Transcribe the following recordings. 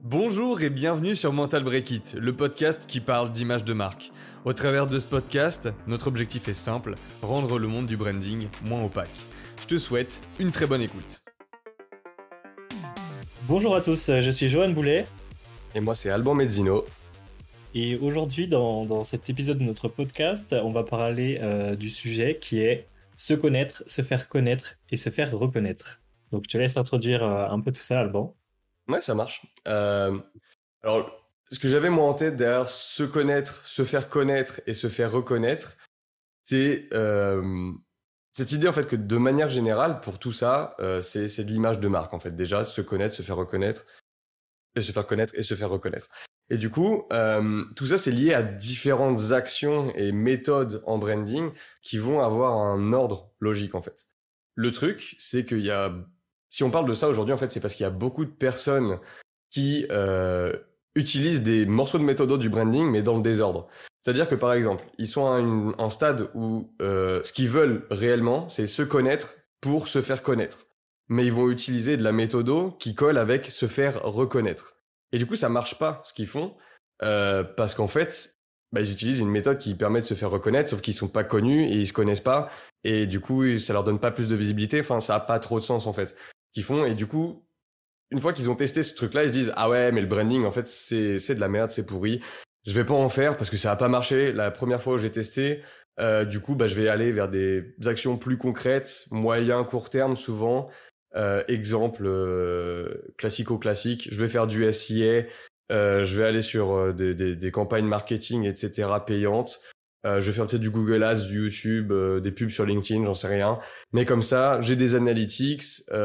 Bonjour et bienvenue sur Mental Break It, le podcast qui parle d'image de marque. Au travers de ce podcast, notre objectif est simple, rendre le monde du branding moins opaque. Je te souhaite une très bonne écoute. Bonjour à tous, je suis Johan Boulet Et moi, c'est Alban Mezzino. et aujourd'hui dans cet épisode de notre podcast, on va parler du sujet qui est se connaître, se faire connaître et se faire reconnaître. Donc je te laisse introduire un peu tout ça, Alban. Ouais, ça marche. Alors, ce que j'avais moi en tête derrière se connaître, se faire connaître et se faire reconnaître, c'est cette idée en fait que de manière générale, pour tout ça, c'est de l'image de marque en fait. Déjà, se connaître, se faire reconnaître, et se faire connaître et se faire reconnaître. Et du coup, tout ça, c'est lié à différentes actions et méthodes en branding qui vont avoir un ordre logique en fait. Le truc, c'est qu'il y a, si on parle de ça aujourd'hui, en fait, c'est parce qu'il y a beaucoup de personnes qui utilisent des morceaux de méthode du branding, mais dans le désordre. C'est-à-dire que, par exemple, ils sont à un stade où ce qu'ils veulent réellement, c'est se connaître pour se faire connaître. Mais ils vont utiliser de la méthode qui colle avec se faire reconnaître. Et du coup, ça marche pas, ce qu'ils font, parce qu'en fait, ils utilisent une méthode qui permet de se faire reconnaître, sauf qu'ils sont pas connus et ils se connaissent pas. Et du coup, ça leur donne pas plus de visibilité. Enfin, ça a pas trop de sens, en fait, qu'ils font. Et du coup, une fois qu'ils ont testé ce truc-là, ils se disent, ah ouais, mais le branding, en fait, c'est de la merde, c'est pourri. Je vais pas en faire parce que ça a pas marché la première fois où j'ai testé. Du coup, je vais aller vers des actions plus concrètes, moyen, court terme, souvent. Exemple classico-classique, je vais faire du SIA, je vais aller sur des campagnes marketing, etc. payantes. Je vais faire peut-être du Google Ads, du YouTube, des pubs sur LinkedIn, j'en sais rien. Mais comme ça, j'ai des analytics,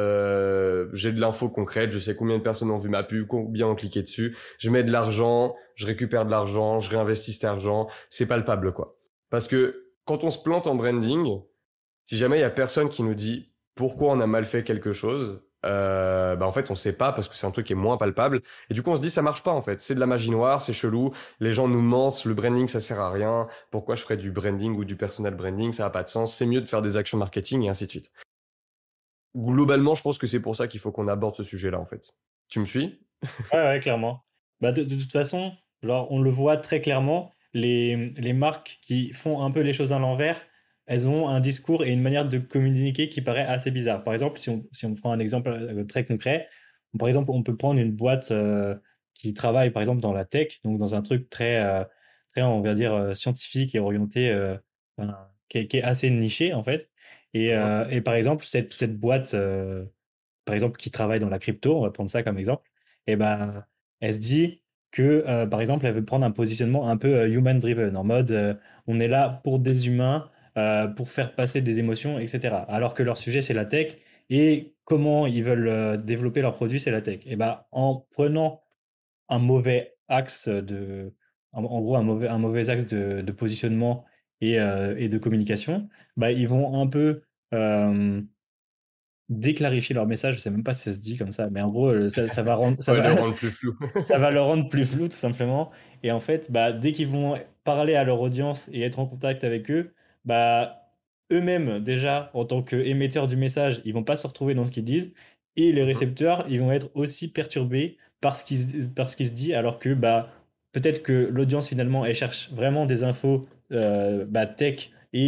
j'ai de l'info concrète, je sais combien de personnes ont vu ma pub, combien ont cliqué dessus. Je mets de l'argent, je récupère de l'argent, je réinvestis cet argent. C'est palpable, quoi. Parce que quand on se plante en branding, si jamais il y a personne qui nous dit pourquoi on a mal fait quelque chose, en fait on sait pas parce que c'est un truc qui est moins palpable et du coup on se dit ça marche pas en fait, c'est de la magie noire, c'est chelou, les gens nous mentent, le branding ça sert à rien, pourquoi je ferais du branding ou du personal branding, ça a pas de sens, c'est mieux de faire des actions marketing et ainsi de suite. Globalement je pense que c'est pour ça qu'il faut qu'on aborde ce sujet-là en fait. Tu me suis? Ouais, clairement. De toute façon, genre, on le voit très clairement, les marques qui font un peu les choses à l'envers, elles ont un discours et une manière de communiquer qui paraît assez bizarre. Par exemple, si on prend un exemple très concret, par exemple, on peut prendre une boîte qui travaille, par exemple, dans la tech, donc dans un truc très on va dire, scientifique et orienté, qui est assez niché, en fait. Et par exemple, cette boîte, par exemple, qui travaille dans la crypto, on va prendre ça comme exemple, et ben, elle se dit que, par exemple, elle veut prendre un positionnement un peu human-driven, en mode on est là pour des humains, pour faire passer des émotions, etc. Alors que leur sujet, c'est la tech, et comment ils veulent développer leurs produits, c'est la tech. Et ben, en prenant un mauvais axe en gros, un mauvais axe de positionnement et de communication, ils vont un peu. euh, déclarifier leur message, je sais même pas si ça se dit comme ça, mais en gros, ça va rendre, Ouais, le rendre plus flou. ça va le rendre plus flou, tout simplement. Et en fait, dès qu'ils vont parler à leur audience et être en contact avec eux, eux-mêmes, déjà, en tant qu'émetteurs du message, ils vont pas se retrouver dans ce qu'ils disent. Et les récepteurs, ils vont être aussi perturbés par ce qui se dit, alors que peut-être que l'audience, finalement, elle cherche vraiment des infos tech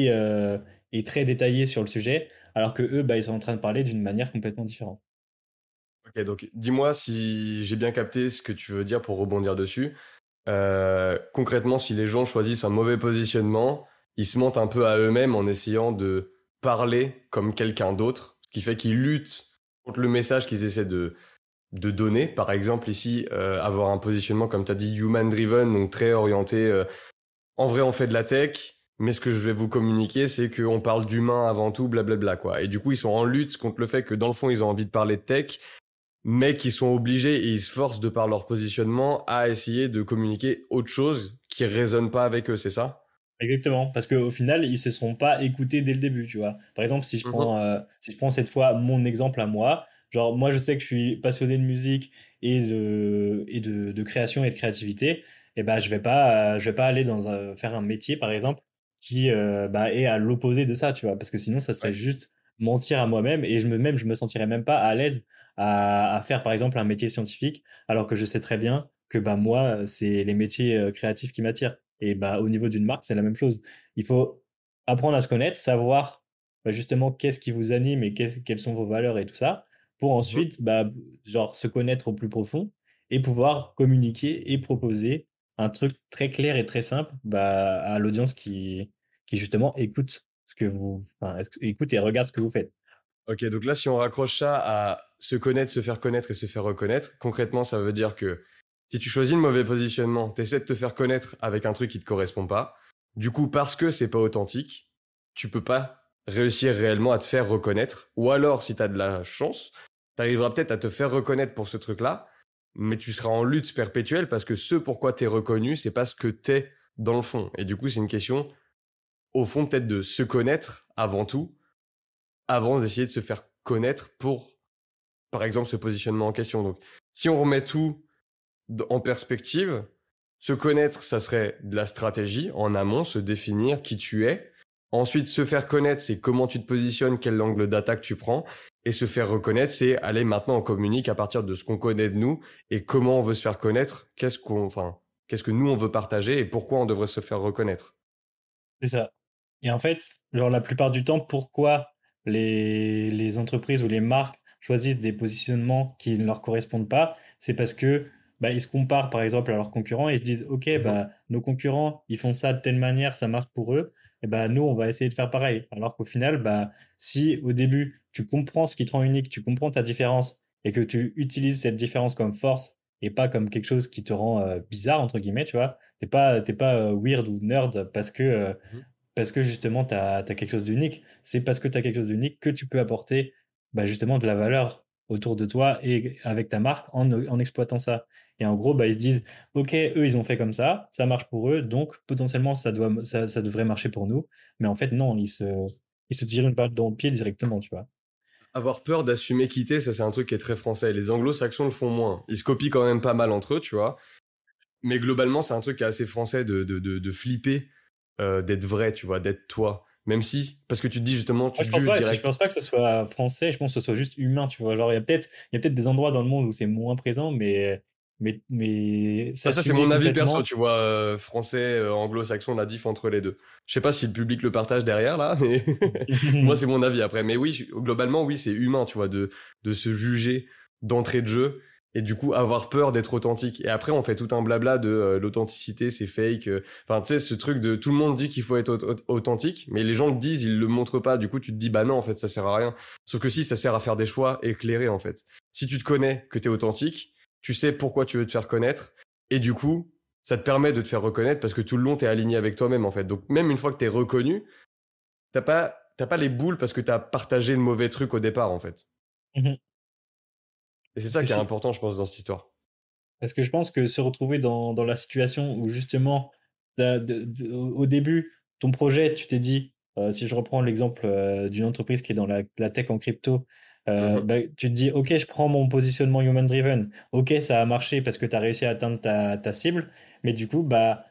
et très détaillées sur le sujet, alors que eux, ils sont en train de parler d'une manière complètement différente. Ok, donc dis-moi si j'ai bien capté ce que tu veux dire pour rebondir dessus. Concrètement, si les gens choisissent un mauvais positionnement, ils se mentent un peu à eux-mêmes en essayant de parler comme quelqu'un d'autre, ce qui fait qu'ils luttent contre le message qu'ils essaient de donner. Par exemple, ici, avoir un positionnement, comme tu as dit, human-driven, donc très orienté. En vrai, on fait de la tech, mais ce que je vais vous communiquer, c'est qu'on parle d'humain avant tout, blablabla, quoi. Et du coup, ils sont en lutte contre le fait que, dans le fond, ils ont envie de parler de tech, mais qui sont obligés et ils se forcent de par leur positionnement à essayer de communiquer autre chose qui résonne pas avec eux, c'est ça? Exactement, parce qu'au final, ils se sont pas écoutés dès le début, tu vois. Par exemple, Mhm. si je prends cette fois mon exemple à moi, genre moi je sais que je suis passionné de musique et de création et de créativité, et je vais pas aller faire un métier par exemple qui est à l'opposé de ça, tu vois, parce que sinon ça serait Ouais. juste mentir à moi-même et je me sentirais même pas à l'aise à faire par exemple un métier scientifique alors que je sais très bien que bah moi c'est les métiers créatifs qui m'attirent et bah au niveau d'une marque c'est la même chose. Il faut apprendre à se connaître, savoir bah, justement qu'est-ce qui vous anime et quelles sont vos valeurs et tout ça pour Mhm. ensuite bah genre se connaître au plus profond et pouvoir communiquer et proposer un truc très clair et très simple bah, à l'audience qui justement écoute ce que vous, enfin, écoute et regarde ce que vous faites. Ok, donc là, si on raccroche ça à se connaître, se faire connaître et se faire reconnaître, concrètement, ça veut dire que si tu choisis le mauvais positionnement, tu essaies de te faire connaître avec un truc qui te correspond pas. Du coup, parce que c'est pas authentique, tu peux pas réussir réellement à te faire reconnaître. Ou alors, si tu as de la chance, tu arriveras peut-être à te faire reconnaître pour ce truc-là, mais tu seras en lutte perpétuelle parce que ce pourquoi tu es reconnu, c'est pas ce que tu es dans le fond. Et du coup, c'est une question, au fond, peut-être de se connaître avant tout avant d'essayer de se faire connaître pour, par exemple, ce positionnement en question. Donc, si on remet tout en perspective, se connaître, ça serait de la stratégie en amont, se définir qui tu es. Ensuite, se faire connaître, c'est comment tu te positionnes, quel angle d'attaque tu prends. Et se faire reconnaître, c'est aller maintenant on communique à partir de ce qu'on connaît de nous et comment on veut se faire connaître, qu'est-ce que nous on veut partager et pourquoi on devrait se faire reconnaître. C'est ça. Et en fait, genre la plupart du temps, pourquoi les entreprises ou les marques choisissent des positionnements qui ne leur correspondent pas, c'est parce que bah, ils se comparent par exemple à leurs concurrents et ils se disent, OK, Mhm. bah, nos concurrents, ils font ça de telle manière, ça marche pour eux, et bah, nous, on va essayer de faire pareil. Alors qu'au final, bah, si au début, tu comprends ce qui te rend unique, tu comprends ta différence et que tu utilises cette différence comme force et pas comme quelque chose qui te rend bizarre, entre guillemets, tu vois, t'es pas weird ou nerd Mhm. parce que justement, tu as quelque chose d'unique. C'est parce que tu as quelque chose d'unique que tu peux apporter bah, justement de la valeur autour de toi et avec ta marque en exploitant ça. Et en gros, bah, ils se disent, OK, eux, ils ont fait comme ça marche pour eux, donc potentiellement, ça devrait marcher pour nous. Mais en fait, non, ils se tirent une balle dans le pied directement, tu vois. Avoir peur d'assumer quitter, ça c'est un truc qui est très français. Les anglo-saxons le font moins. Ils se copient quand même pas mal entre eux, tu vois. Mais globalement, c'est un truc qui est assez français de flipper, d'être vrai, tu vois, d'être toi. Même si, parce que tu te dis justement, Moi, tu te juges je pense direct. pas que ce soit français, je pense que ce soit juste humain, tu vois. Genre, il y a peut-être des endroits dans le monde où c'est moins présent, mais Ah, ça, c'est s'assumer mon avis perso, complètement. tu vois, français, anglo-saxon, la diff entre les deux. Je sais pas si le public le partage derrière, là, mais moi, c'est mon avis après. Mais oui, globalement, oui, c'est humain, tu vois, de se juger d'entrée de jeu et du coup avoir peur d'être authentique. Et après, on fait tout un blabla de l'authenticité, c'est fake. Enfin, tu sais, ce truc de tout le monde dit qu'il faut être authentique, mais les gens le disent, ils le montrent pas. Du coup, tu te dis, bah non, en fait, ça sert à rien. Sauf que si, ça sert à faire des choix éclairés, en fait. Si tu te connais que t'es authentique, tu sais pourquoi tu veux te faire connaître et du coup, ça te permet de te faire reconnaître parce que tout le long, t'es aligné avec toi-même, en fait. Donc, même une fois que t'es reconnu, t'as pas les boules parce que t'as partagé le mauvais truc au départ, en fait. Mhm. Et c'est Parce ça que qui est si, important, je pense, dans cette histoire. parce que je pense que se retrouver dans la situation où justement, au début, ton projet, tu t'es dit, si je reprends l'exemple d'une entreprise qui est dans la tech en crypto, Mhm. bah, tu te dis, OK, je prends mon positionnement human-driven. OK, ça a marché parce que tu as réussi à atteindre ta cible, mais du coup, bah,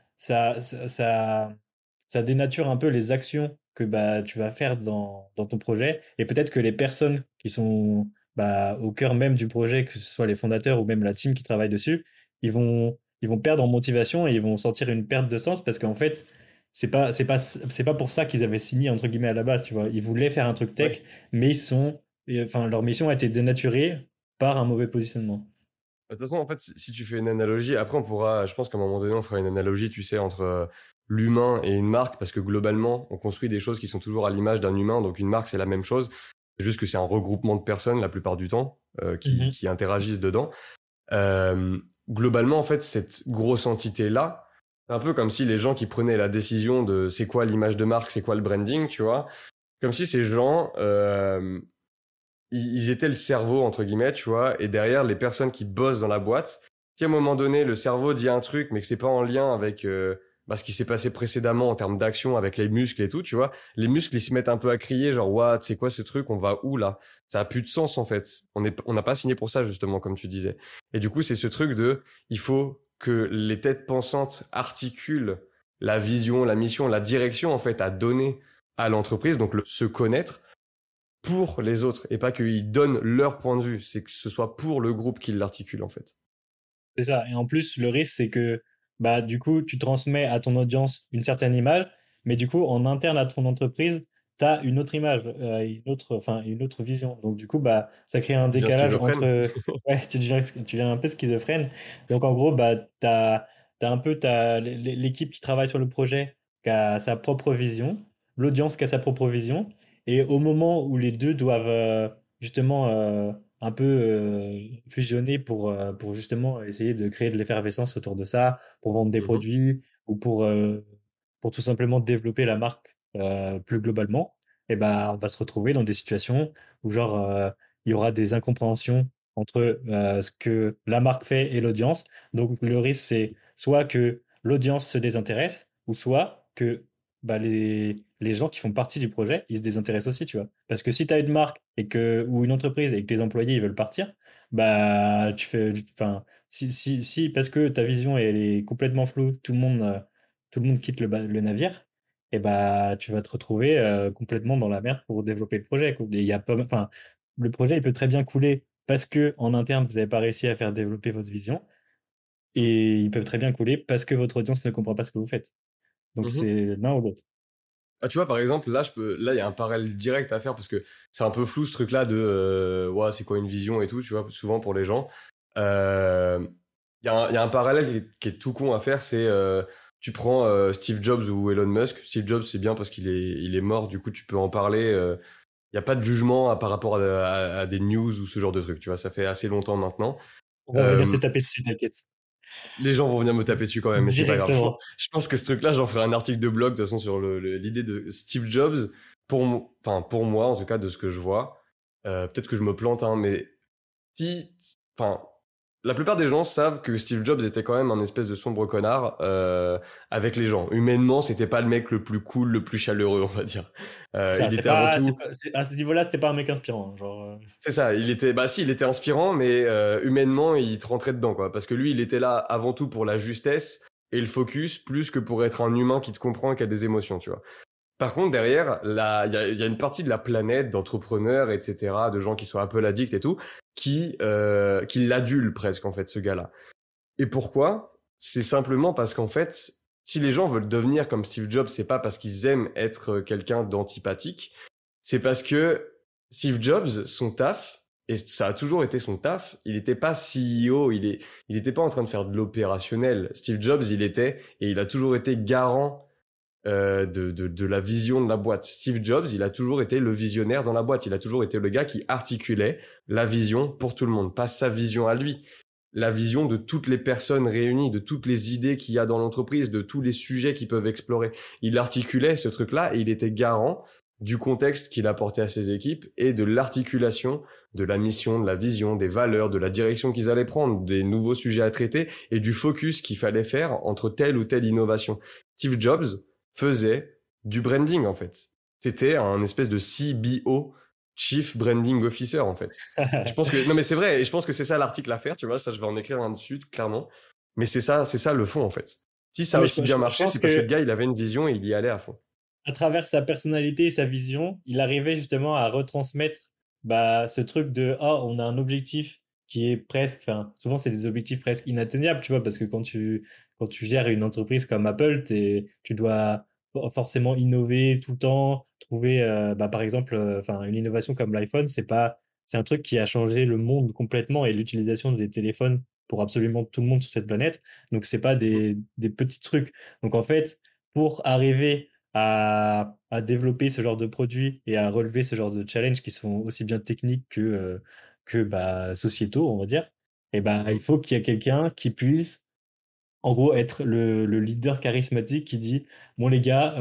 ça dénature un peu les actions que bah, tu vas faire dans ton projet. Et peut-être que les personnes qui sont bah, au cœur même du projet, que ce soit les fondateurs ou même la team qui travaille dessus, ils vont perdre en motivation et ils vont sentir une perte de sens parce qu'en fait, c'est pas pour ça qu'ils avaient signé entre guillemets à la base, tu vois. Ils voulaient faire un truc tech, Ouais. mais enfin, leur mission a été dénaturée par un mauvais positionnement. De toute façon, en fait, si tu fais une analogie, après, on pourra, je pense qu'à un moment donné, on fera une analogie, tu sais, entre l'humain et une marque, parce que globalement, on construit des choses qui sont toujours à l'image d'un humain, donc une marque, c'est la même chose. C'est juste que c'est un regroupement de personnes, la plupart du temps, Mhm. qui interagissent dedans. Euh, Globalement, en fait, cette grosse entité-là, c'est un peu comme si les gens qui prenaient la décision de c'est quoi l'image de marque, c'est quoi le branding, tu vois, comme si ces gens, ils étaient le cerveau, entre guillemets, tu vois, et derrière, les personnes qui bossent dans la boîte, si à un moment donné, le cerveau dit un truc, mais que c'est pas en lien avec ce qui s'est passé précédemment en termes d'action, avec les muscles et tout, tu vois, les muscles, ils se mettent un peu à crier, genre, what, c'est quoi ce truc, on va où là? Ça a plus de sens, en fait. On n'a pas signé pour ça, justement, comme tu disais. Et du coup, c'est ce truc de, il faut que les têtes pensantes articulent la vision, la mission, la direction, en fait, à donner à l'entreprise, donc se connaître pour les autres et pas qu'ils donnent leur point de vue. C'est que ce soit pour le groupe qu'ils l'articulent, en fait. C'est ça. Et en plus, le risque, c'est que bah, du coup, tu transmets à ton audience une certaine image, mais du coup, en interne à ton entreprise, tu as une autre image, une autre vision. Donc, du coup, bah, ça crée un Bien décalage schizophrène. entre. Ouais, tu deviens un peu schizophrène. Donc, en gros, bah, tu as un peu l'équipe qui travaille sur le projet qui a sa propre vision, l'audience qui a sa propre vision. Et au moment où les deux doivent justement un peu fusionner pour justement essayer de créer de l'effervescence autour de ça, pour vendre des Mhm, produits ou pour tout simplement développer la marque plus globalement, et ben, on va se retrouver dans des situations où genre il y aura des incompréhensions entre ce que la marque fait et l'audience. Donc le risque, c'est soit que l'audience se désintéresse, ou soit que bah, les gens qui font partie du projet, ils se désintéressent aussi, tu vois. Parce que si tu as une marque ou une entreprise et que tes employés ils veulent partir, bah enfin, si parce que ta vision elle est complètement floue, tout le monde quitte le navire, et bah tu vas te retrouver complètement dans la merde pour développer le projet, quoi. Et il y a pas, enfin, le projet il peut très bien couler parce que en interne vous n'avez pas réussi à faire développer votre vision, et ils peuvent très bien couler parce que votre audience ne comprend pas ce que vous faites. Donc mhm. c'est l'un ou l'autre. Ah, tu vois, par exemple, là, il y a un parallèle direct à faire parce que c'est un peu flou ce truc-là de, ouais, c'est quoi une vision et tout, tu vois, souvent pour les gens. Euh, il y a un parallèle qui est tout con à faire, c'est, tu prends Steve Jobs ou Elon Musk. Steve Jobs, c'est bien parce il est mort, du coup, tu peux en parler. Il n'y a pas de jugement par rapport à des news ou ce genre de truc, tu vois, ça fait assez longtemps maintenant. On va venir te Euh, taper dessus, t'inquiète. les gens vont venir me taper dessus quand même, mais c'est pas grave. Directement. Je pense que ce truc-là, j'en ferai un article de blog, de toute façon, sur l'idée de Steve Jobs. Enfin, pour moi, en tout cas, de ce que je vois. Peut-être que je me plante, hein, mais si, enfin, la plupart des gens savent que Steve Jobs était quand même un espèce de sombre connard avec les gens. Humainement, c'était pas le mec le plus cool, le plus chaleureux, on va dire. Ça, Il était avant tout. à ce niveau-là, c'était pas un mec inspirant, hein, genre, C'est ça, bah si, il était inspirant, mais humainement, il te rentrait dedans, quoi. Parce que lui, il était là avant tout pour la justesse et le focus, plus que pour être un humain qui te comprend et qui a des émotions, tu vois. Par contre, derrière, là, il y a une partie de la planète, d'entrepreneurs, etc., de gens qui sont Apple addicts et tout, qui l'adulent presque, en fait, ce gars-là. Et pourquoi? C'est simplement parce qu'en fait, si les gens veulent devenir comme Steve Jobs, c'est pas parce qu'ils aiment être quelqu'un d'antipathique, c'est parce que Steve Jobs, son taf, et ça a toujours été son taf, il n'était pas CEO, il était pas en train de faire de l'opérationnel. Steve Jobs, et il a toujours été garant de la vision de la boîte. Steve Jobs, il a toujours été le visionnaire dans la boîte. Il a toujours été le gars qui articulait la vision pour tout le monde, pas sa vision à lui. La vision de toutes les personnes réunies, de toutes les idées qu'il y a dans l'entreprise, de tous les sujets qu'ils peuvent explorer. Il articulait ce truc-là et il était garant du contexte qu'il apportait à ses équipes et de l'articulation de la mission, de la vision, des valeurs, de la direction qu'ils allaient prendre, des nouveaux sujets à traiter et du focus qu'il fallait faire entre telle ou telle innovation. Steve Jobs faisait du branding, en fait. C'était un espèce de CBO, Chief Branding Officer, en fait. Je pense que, non mais c'est vrai, et je pense que c'est ça l'article à faire, tu vois, ça je vais en écrire un dessus, clairement. Mais c'est ça le fond, en fait. Si ça Non, a mais aussi bien je marché, pense c'est parce que le que gars, il avait une vision et il y allait à fond. à travers sa personnalité et sa vision, il arrivait justement à retransmettre bah, ce truc de ah, on a un objectif qui est presque, enfin, souvent c'est des objectifs presque inatteignables, tu vois, parce que quand tu gères une entreprise comme Apple, tu dois forcément innover tout le temps, trouver, bah, par exemple, enfin, une innovation comme l'iPhone, c'est un truc qui a changé le monde complètement et l'utilisation des téléphones pour absolument tout le monde sur cette planète. Donc, c'est pas Mhm. des petits trucs. Donc, en fait, pour arriver à développer ce genre de produit et à relever ce genre de challenge qui sont aussi bien techniques que bah, sociétaux, on va dire, et bah, il Mhm. faut qu'il y ait quelqu'un qui puisse, en gros, être le leader charismatique qui dit, bon les gars,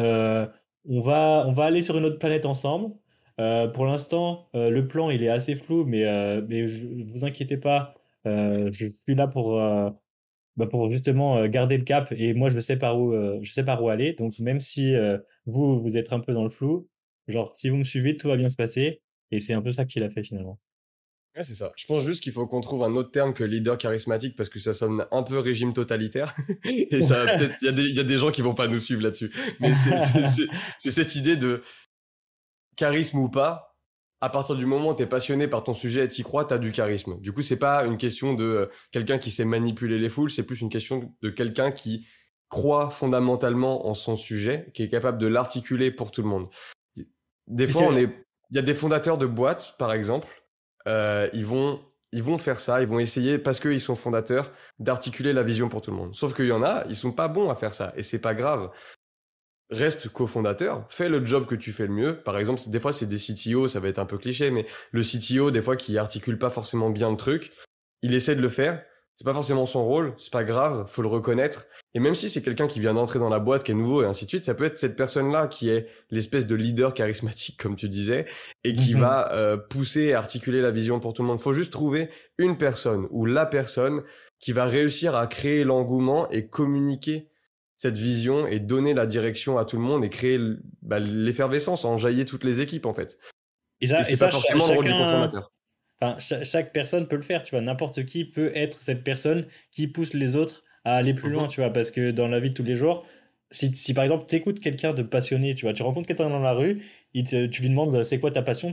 on va aller sur une autre planète ensemble. Pour l'instant, le plan, il est assez flou, mais vous inquiétez pas, je suis là pour justement garder le cap et moi je sais par où aller. Donc même si vous êtes un peu dans le flou, genre si vous me suivez, tout va bien se passer. Et c'est un peu ça qu'il a fait finalement. Ouais, c'est ça. Je pense juste qu'il faut qu'on trouve un autre terme que leader charismatique parce que ça sonne un peu régime totalitaire. Et ça, peut-être, il y a des gens qui vont pas nous suivre là-dessus. Mais c'est cette idée de charisme ou pas, à partir du moment où t'es passionné par ton sujet et t'y crois, t'as du charisme. Du coup, c'est pas une question de quelqu'un qui sait manipuler les foules, c'est plus une question de quelqu'un qui croit fondamentalement en son sujet, qui est capable de l'articuler pour tout le monde. Des fois, il y a des fondateurs de boîtes, par exemple, ils vont faire ça, ils vont essayer, parce qu'ils sont fondateurs, d'articuler la vision pour tout le monde. Sauf qu'il y en a, ils sont pas bons à faire ça, et c'est pas grave. Reste cofondateur, fais le job que tu fais le mieux. Par exemple, des fois, c'est des CTO, ça va être un peu cliché, mais le CTO, des fois, qui articule pas forcément bien le truc, il essaie de le faire. C'est pas forcément son rôle, c'est pas grave, faut le reconnaître. Et même si c'est quelqu'un qui vient d'entrer dans la boîte, qui est nouveau et ainsi de suite, ça peut être cette personne-là qui est l'espèce de leader charismatique, comme tu disais, et qui va pousser et articuler la vision pour tout le monde. Faut juste trouver une personne ou la personne qui va réussir à créer l'engouement et communiquer cette vision et donner la direction à tout le monde et créer l'effervescence, enjailler toutes les équipes en fait. Et c'est pas forcément le rôle du cofondateur. Enfin, chaque personne peut le faire, tu vois. N'importe qui peut être cette personne qui pousse les autres à aller plus loin, tu vois. Parce que dans la vie de tous les jours, si par exemple tu écoutes quelqu'un de passionné, tu vois, tu rencontres quelqu'un dans la rue, tu lui demandes c'est quoi ta passion,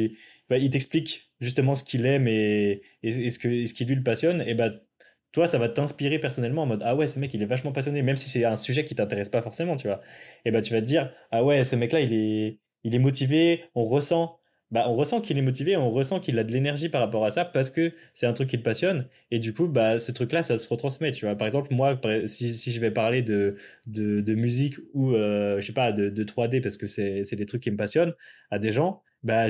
il t'explique justement ce qu'il aime et ce qui lui le passionne, et bah toi ça va t'inspirer personnellement en mode ah ouais, ce mec il est vachement passionné, même si c'est un sujet qui t'intéresse pas forcément, tu vois. Et bah tu vas te dire ah ouais, ce mec là il est motivé, on ressent qu'il est motivé, on ressent qu'il a de l'énergie par rapport à ça parce que c'est un truc qui le passionne. Et du coup, bah, ce truc-là, ça se retransmet. Tu vois, par exemple, moi, si je vais parler de musique ou, je sais pas, de 3D parce que c'est des trucs qui me passionnent à des gens, bah,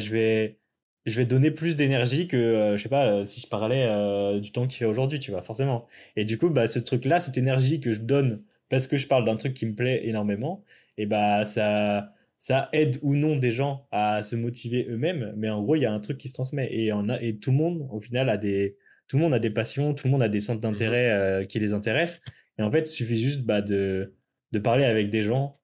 je vais donner plus d'énergie que, je sais pas, si je parlais du temps qu'il fait aujourd'hui, tu vois, forcément. Et du coup, bah, ce truc-là, cette énergie que je donne parce que je parle d'un truc qui me plaît énormément, et bah, ça aide ou non des gens à se motiver eux-mêmes, mais en gros, il y a un truc qui se transmet et tout le monde, au final, tout le monde a des passions, tout le monde a des centres d'intérêt qui les intéressent. Et en fait, il suffit juste bah, de parler avec des gens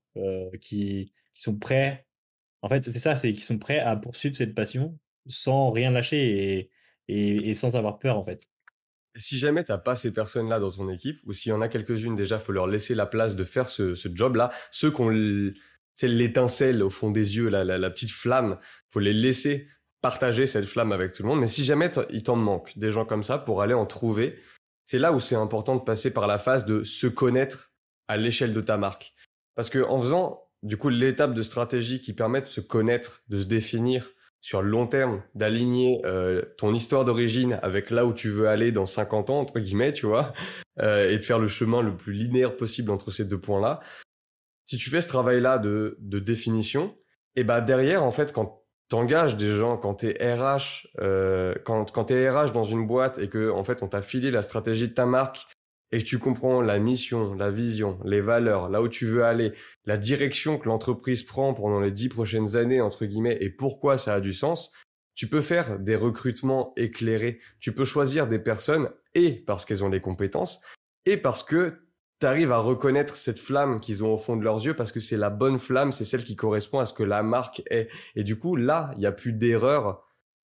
qui sont prêts. En fait, c'est ça, c'est qu'ils sont prêts à poursuivre cette passion sans rien lâcher et sans avoir peur, en fait. Et si jamais t'as pas ces personnes-là dans ton équipe, ou s'il y en a quelques-unes déjà, faut leur laisser la place de faire ce job-là. Ceux qui ont c'est l'étincelle au fond des yeux, la petite flamme, faut les laisser partager cette flamme avec tout le monde. Mais si jamais il t'en manque des gens comme ça pour aller en trouver, c'est là où c'est important de passer par la phase de se connaître à l'échelle de ta marque. Parce que en faisant, du coup, l'étape de stratégie qui permet de se connaître, de se définir sur le long terme, d'aligner ton histoire d'origine avec là où tu veux aller dans 50 ans, entre guillemets, tu vois, et de faire le chemin le plus linéaire possible entre ces deux points-là. Si tu fais ce travail-là de définition, et bah derrière, en fait, quand t'engages des gens, quand t'es RH, quand t'es RH dans une boîte et que en fait on t'a filé la stratégie de ta marque et que tu comprends la mission, la vision, les valeurs, là où tu veux aller, la direction que l'entreprise prend pendant les 10 prochaines années, entre guillemets, et pourquoi ça a du sens, tu peux faire des recrutements éclairés. Tu peux choisir des personnes et parce qu'elles ont les compétences et parce que tu arrives à reconnaître cette flamme qu'ils ont au fond de leurs yeux parce que c'est la bonne flamme, c'est celle qui correspond à ce que la marque est. Et du coup, là, il n'y a plus d'erreur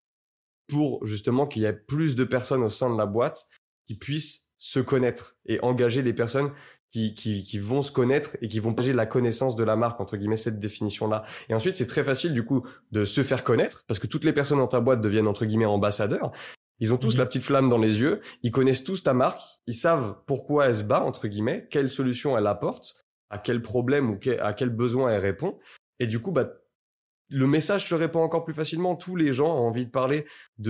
pour justement qu'il y ait plus de personnes au sein de la boîte qui puissent se connaître et engager les personnes qui vont se connaître et qui vont partager la connaissance de la marque, entre guillemets, cette définition-là. Et ensuite, c'est très facile, du coup, de se faire connaître parce que toutes les personnes dans ta boîte deviennent, entre guillemets, ambassadeurs. Ils ont tous la petite flamme dans les yeux, ils connaissent tous ta marque, ils savent pourquoi elle se bat, entre guillemets, quelle solution elle apporte, à quel problème ou à quel besoin elle répond. Et du coup, bah, le message se répand encore plus facilement. Tous les gens ont envie de parler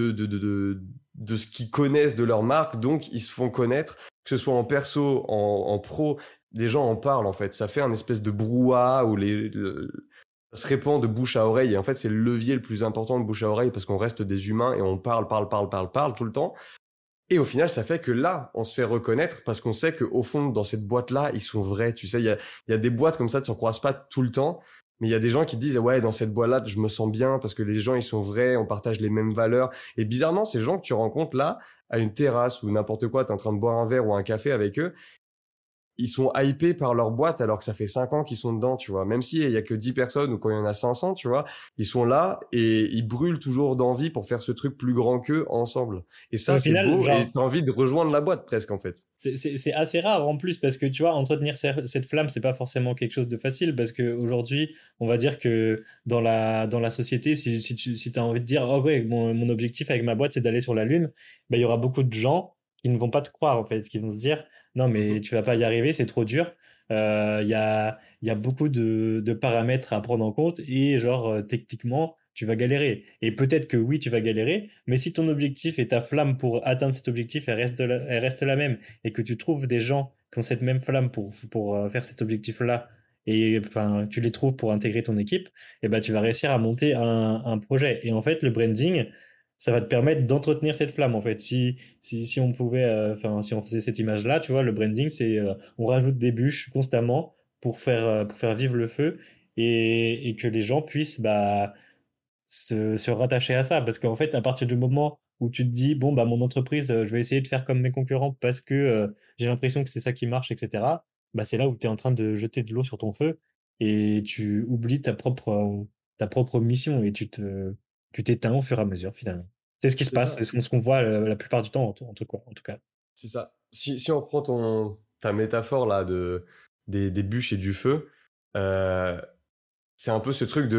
de ce qu'ils connaissent de leur marque, donc ils se font connaître, que ce soit en perso, en pro, les gens en parlent en fait. Ça fait un espèce de brouhaha où ça se répand de bouche à oreille. Et en fait, c'est le levier le plus important de bouche à oreille parce qu'on reste des humains et on parle tout le temps. Et au final, ça fait que là, on se fait reconnaître parce qu'on sait qu'au fond, dans cette boîte-là, ils sont vrais. Tu sais, il y a des boîtes comme ça, tu n'en croises pas tout le temps. Mais il y a des gens qui disent, ouais, dans cette boîte-là, je me sens bien parce que les gens, ils sont vrais, on partage les mêmes valeurs. Et bizarrement, ces gens que tu rencontres là, à une terrasse ou n'importe quoi, t'es en train de boire un verre ou un café avec eux, ils sont hypés par leur boîte alors que ça fait 5 ans qu'ils sont dedans, tu vois. Même s'il y a que 10 personnes ou quand il y en a 500, tu vois, ils sont là et ils brûlent toujours d'envie pour faire ce truc plus grand qu'eux ensemble. Et ça, Au c'est final, beau genre, et t'as envie de rejoindre la boîte presque, en fait. c'est assez rare en plus parce que tu vois, entretenir cette flamme, c'est pas forcément quelque chose de facile parce qu'aujourd'hui, on va dire que dans la société, si tu as envie de dire, oh ouais, mon objectif avec ma boîte, c'est d'aller sur la Lune, ben, il y aura beaucoup de gens qui ne vont pas te croire en fait, qui vont se dire, non, mais Mhm. tu vas pas y arriver, c'est trop dur. Il y a beaucoup de paramètres à prendre en compte et genre, techniquement, tu vas galérer. Et peut-être que oui, tu vas galérer, mais si ton objectif et ta flamme pour atteindre cet objectif, elle reste la même et que tu trouves des gens qui ont cette même flamme pour faire cet objectif-là et enfin, tu les trouves pour intégrer ton équipe, et ben, tu vas réussir à monter un projet. Et en fait, le branding, ça va te permettre d'entretenir cette flamme en fait. Si on pouvait, enfin, si on faisait cette image-là, tu vois, le branding, c'est on rajoute des bûches constamment pour faire vivre le feu et que les gens puissent bah, se rattacher à ça. Parce qu'en fait, à partir du moment où tu te dis, bon, bah, mon entreprise, je vais essayer de faire comme mes concurrents parce que j'ai l'impression que c'est ça qui marche, etc., bah, c'est là où tu es en train de jeter de l'eau sur ton feu et tu oublies ta propre mission et tu t'éteins au fur et à mesure, finalement. C'est ce qui se C'est passe, ça. c'est ce qu'on voit la plupart du temps, en tout cas. C'est ça. Si on reprend ta métaphore là des bûches et du feu, euh, c'est un peu ce truc de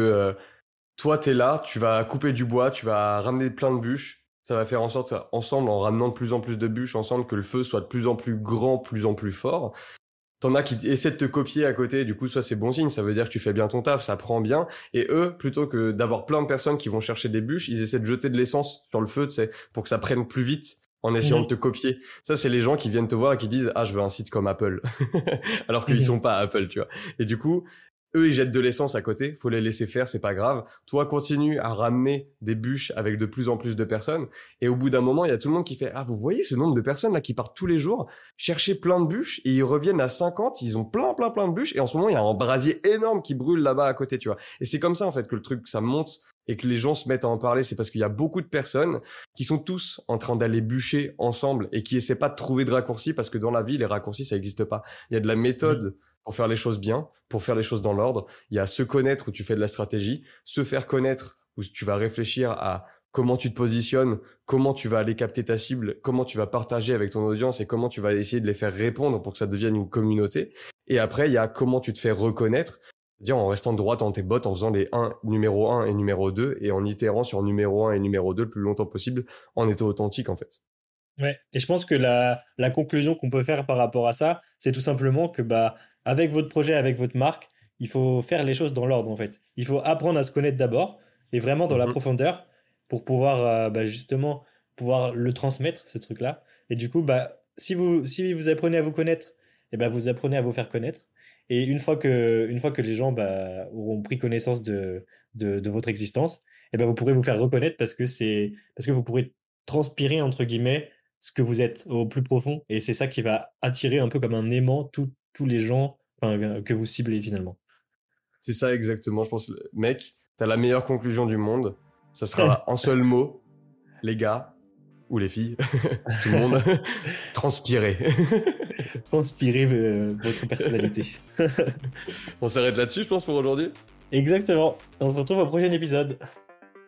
toi, t'es là, tu vas couper du bois, tu vas ramener plein de bûches. Ça va faire en sorte, ensemble, en ramenant de plus en plus de bûches, ensemble, que le feu soit de plus en plus grand, de plus en plus fort. T'en as qui essaient de te copier à côté, du coup, ça c'est bon signe, ça veut dire que tu fais bien ton taf, ça prend bien. Et eux, plutôt que d'avoir plein de personnes qui vont chercher des bûches, ils essaient de jeter de l'essence sur le feu, tu sais, pour que ça prenne plus vite en essayant de Mhm. te copier. Ça, c'est les gens qui viennent te voir et qui disent, ah, je veux un site comme Apple. Alors qu'ils Mhm. sont pas Apple, tu vois. Et du coup, eux, ils jettent de l'essence à côté, faut les laisser faire, c'est pas grave. Toi, continue à ramener des bûches avec de plus en plus de personnes. Et au bout d'un moment, il y a tout le monde qui fait, ah, vous voyez ce nombre de personnes là qui partent tous les jours chercher plein de bûches et ils reviennent à 50, ils ont plein de bûches et en ce moment, il y a un brasier énorme qui brûle là-bas à côté, tu vois. Et c'est comme ça, en fait, que le truc, ça monte et que les gens se mettent à en parler, c'est parce qu'il y a beaucoup de personnes qui sont tous en train d'aller bûcher ensemble et qui essaient pas de trouver de raccourcis parce que dans la vie, les raccourcis, ça n'existe pas. Il y a de la Mhm. méthode pour faire les choses bien, pour faire les choses dans l'ordre. Il y a se connaître où tu fais de la stratégie, se faire connaître où tu vas réfléchir à comment tu te positionnes, comment tu vas aller capter ta cible, comment tu vas partager avec ton audience et comment tu vas essayer de les faire répondre pour que ça devienne une communauté. Et après, il y a comment tu te fais reconnaître, c'est-à-dire en restant droit dans tes bottes, en faisant les numéro 1 et numéro 2 et en itérant sur numéro 1 et numéro 2 le plus longtemps possible en étant authentique en fait. Ouais. Et je pense que la conclusion qu'on peut faire par rapport à ça, c'est tout simplement que bah, avec votre projet, avec votre marque, il faut faire les choses dans l'ordre en fait. Il faut apprendre à se connaître d'abord et vraiment dans la Mhm. profondeur pour pouvoir bah, justement pouvoir le transmettre, ce truc-là. Et du coup, bah, si vous apprenez à vous connaître, et bah, vous apprenez à vous faire connaître. Et une fois que les gens bah, auront pris connaissance de votre existence, et bah, vous pourrez vous faire reconnaître parce que vous pourrez transpirer entre guillemets ce que vous êtes au plus profond. Et c'est ça qui va attirer un peu comme un aimant tous les gens enfin, que vous ciblez finalement. C'est ça exactement, je pense, mec, t'as la meilleure conclusion du monde. Ça sera un seul mot, les gars, ou les filles, tout le monde, transpirer. Transpirez votre personnalité. On s'arrête là-dessus, je pense, pour aujourd'hui. Exactement. On se retrouve au prochain épisode.